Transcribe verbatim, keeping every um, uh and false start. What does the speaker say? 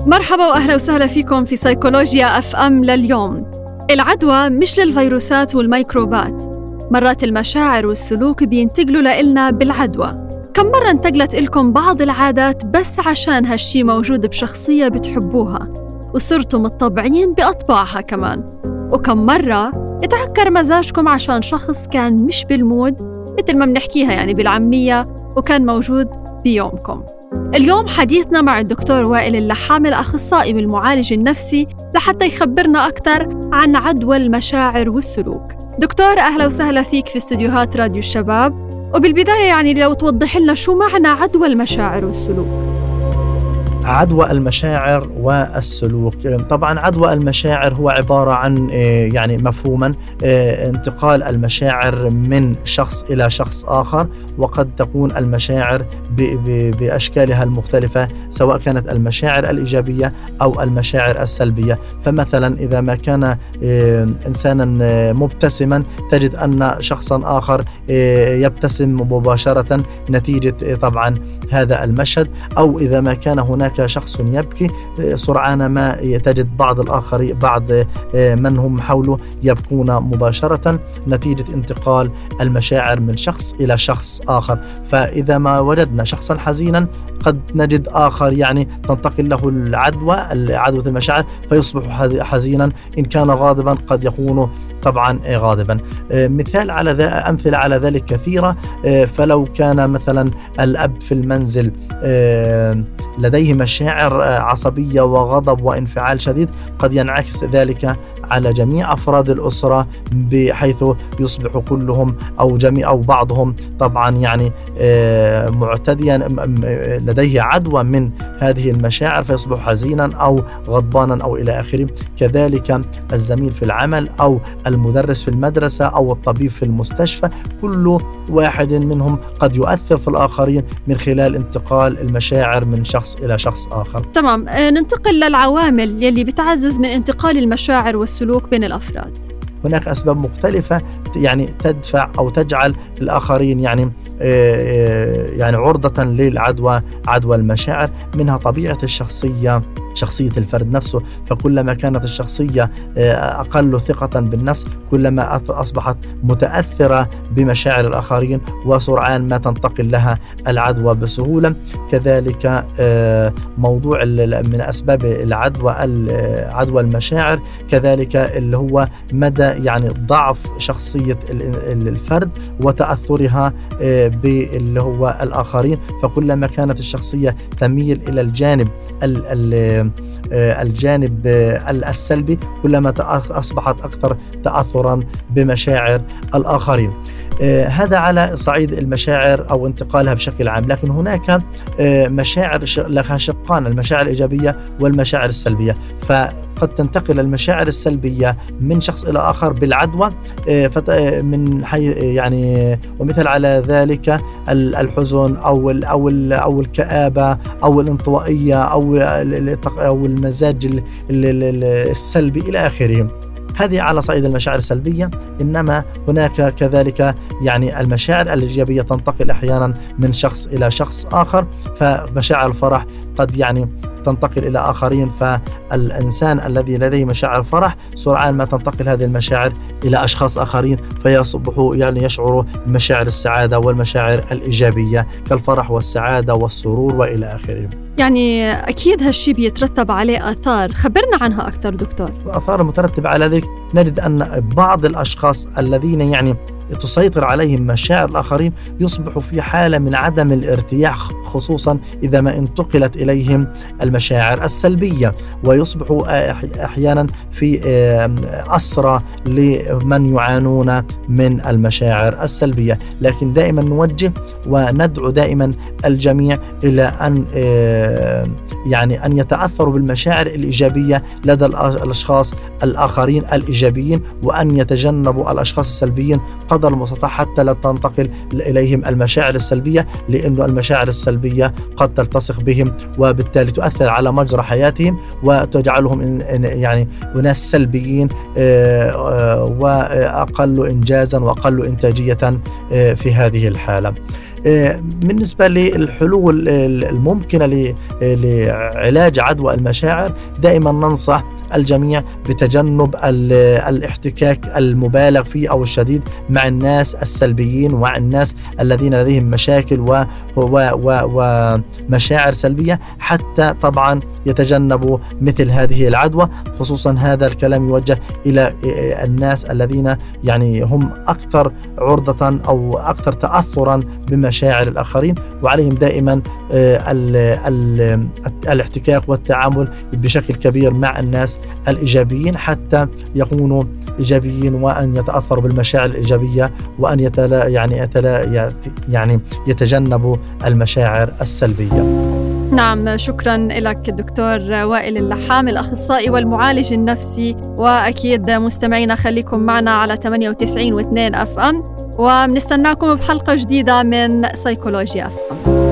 مرحبا وأهلا وسهلا فيكم في سيكولوجيا أف أم لليوم. العدوى مش للفيروسات والميكروبات، مرات المشاعر والسلوك بينتقلوا لإلنا بالعدوى. كم مرة انتقلت إلكم بعض العادات بس عشان هالشي موجود بشخصية بتحبوها وصرتوا متطبعين بأطباعها كمان؟ وكم مرة اتعكر مزاجكم عشان شخص كان مش بالمود، مثل ما بنحكيها يعني بالعامية، وكان موجود بيومكم؟ اليوم حديثنا مع الدكتور وائل اللحام، الأخصائي بالمعالج النفسي، لحتى يخبرنا أكثر عن عدوى المشاعر والسلوك. دكتور أهلا وسهلا فيك في استديوهات راديو الشباب. وبالبداية يعني لو توضح لنا شو معنى عدوى المشاعر والسلوك؟ عدوى المشاعر والسلوك، طبعا عدوى المشاعر هو عبارة عن يعني مفهوما انتقال المشاعر من شخص إلى شخص آخر، وقد تكون المشاعر بأشكالها المختلفة، سواء كانت المشاعر الإيجابية أو المشاعر السلبية. فمثلا إذا ما كان إنسانا مبتسما تجد أن شخصا آخر يبتسم مباشرة نتيجة طبعا هذا المشهد، أو إذا ما كان هناك شخص يبكي سرعان ما تجد بعض الآخرين بعض من هم حوله يبكون مباشرة نتيجة انتقال المشاعر من شخص إلى شخص آخر. فإذا ما وجدنا شخصا حزينا قد نجد آخر يعني تنتقل له العدوى عدوى المشاعر فيصبح حزينا، إن كان غاضبا قد يكون طبعا غاضبا. مثال على ذلك، أمثلة على ذلك كثيرة. فلو كان مثلا الأب في المنزل لديه مشاعر عصبية وغضب وانفعال شديد، قد ينعكس ذلك على جميع أفراد الأسرة، بحيث يصبح كلهم أو جميع أو بعضهم طبعا يعني معتديا لديه عدوى من هذه المشاعر فيصبح حزينا أو غضبانا أو إلى آخره. كذلك الزميل في العمل أو المدرس في المدرسة أو الطبيب في المستشفى، كل واحد منهم قد يؤثر في الآخرين من خلال انتقال المشاعر من شخص إلى شخص آخر. تمام، ننتقل للعوامل يلي بتعزز من انتقال المشاعر والسلوك بين الأفراد. هناك أسباب مختلفة يعني تدفع أو تجعل الآخرين يعني يعني عرضة للعدوى عدوى المشاعر. منها طبيعة الشخصية، شخصية الفرد نفسه. فكلما كانت الشخصية أقل ثقة بالنفس كلما أصبحت متأثرة بمشاعر الآخرين وسرعان ما تنتقل لها العدوى بسهولة. كذلك موضوع من أسباب العدوى عدوى المشاعر كذلك اللي هو مدى يعني ضعف شخصية الفرد وتأثرها باللي هو الآخرين. فكلما كانت الشخصية تميل إلى الجانب الجانب السلبي كلما أصبحت أكثر تأثرا بمشاعر الآخرين. آه هذا على صعيد المشاعر أو انتقالها بشكل عام. لكن هناك آه مشاعر لها شقان، المشاعر الإيجابية والمشاعر السلبية. فقد تنتقل المشاعر السلبية من شخص إلى آخر بالعدوى آه من حي يعني ومثل على ذلك الحزن أو ال أو ال أو الكآبة أو الانطوائية أو أو المزاج السلبي إلى آخره. هذه على صعيد المشاعر السلبية. إنما هناك كذلك يعني المشاعر الإيجابية تنتقل أحيانا من شخص إلى شخص آخر. فمشاعر الفرح قد يعني تنتقل إلى آخرين، فالإنسان الذي لديه مشاعر فرح سرعان ما تنتقل هذه المشاعر إلى أشخاص آخرين فيصبحوا يعني يشعروا بمشاعر السعادة والمشاعر الإيجابية كالفرح والسعادة والسرور وإلى آخره. يعني أكيد هالشي بيترتب عليه آثار، خبرنا عنها أكثر دكتور. الآثار المترتبة على ذلك نجد أن بعض الأشخاص الذين يعني تسيطر عليهم مشاعر الآخرين يصبحوا في حالة من عدم الارتياح، خصوصا إذا ما انتقلت إليهم المشاعر السلبية، ويصبحوا أحيانا في أسرى لمن يعانون من المشاعر السلبية. لكن دائما نوجه وندعو دائما الجميع إلى أن يعني أن يتأثروا بالمشاعر الإيجابية لدى الأشخاص الآخرين الإيجابيين، وأن يتجنبوا الأشخاص السلبيين قدر المستطاع حتى لا تنتقل إليهم المشاعر السلبية، لأن المشاعر السلبية قد تلتصق بهم وبالتالي تؤثر على مجرى حياتهم وتجعلهم يعني ناس سلبيين وأقل إنجازا وأقل إنتاجية في هذه الحالة. بالنسبة للحلول الممكنة لعلاج عدوى المشاعر، دائما ننصح الجميع بتجنب الاحتكاك المبالغ فيه أو الشديد مع الناس السلبيين ومع الناس الذين لديهم مشاكل ومشاعر سلبية، حتى طبعا يتجنبوا مثل هذه العدوى. خصوصا هذا الكلام يوجه إلى الناس الذين يعني هم أكثر عرضة أو أكثر تأثرا بمشاعر الآخرين، وعليهم دائما ال ال الاحتكاك والتعامل بشكل كبير مع الناس الإيجابيين حتى يكونوا إيجابيين وأن يتأثروا بالمشاعر الإيجابية وأن يتلا يعني يتلا يعني يتجنبوا المشاعر السلبية. نعم، شكرا لك دكتور وائل اللحام، الأخصائي والمعالج النفسي. وأكيد مستمعينا خليكم معنا على ثمانية وتسعين فاصلة اثنين أف أم، وبنستناكم بحلقة جديدة من سيكولوجيا أف أم.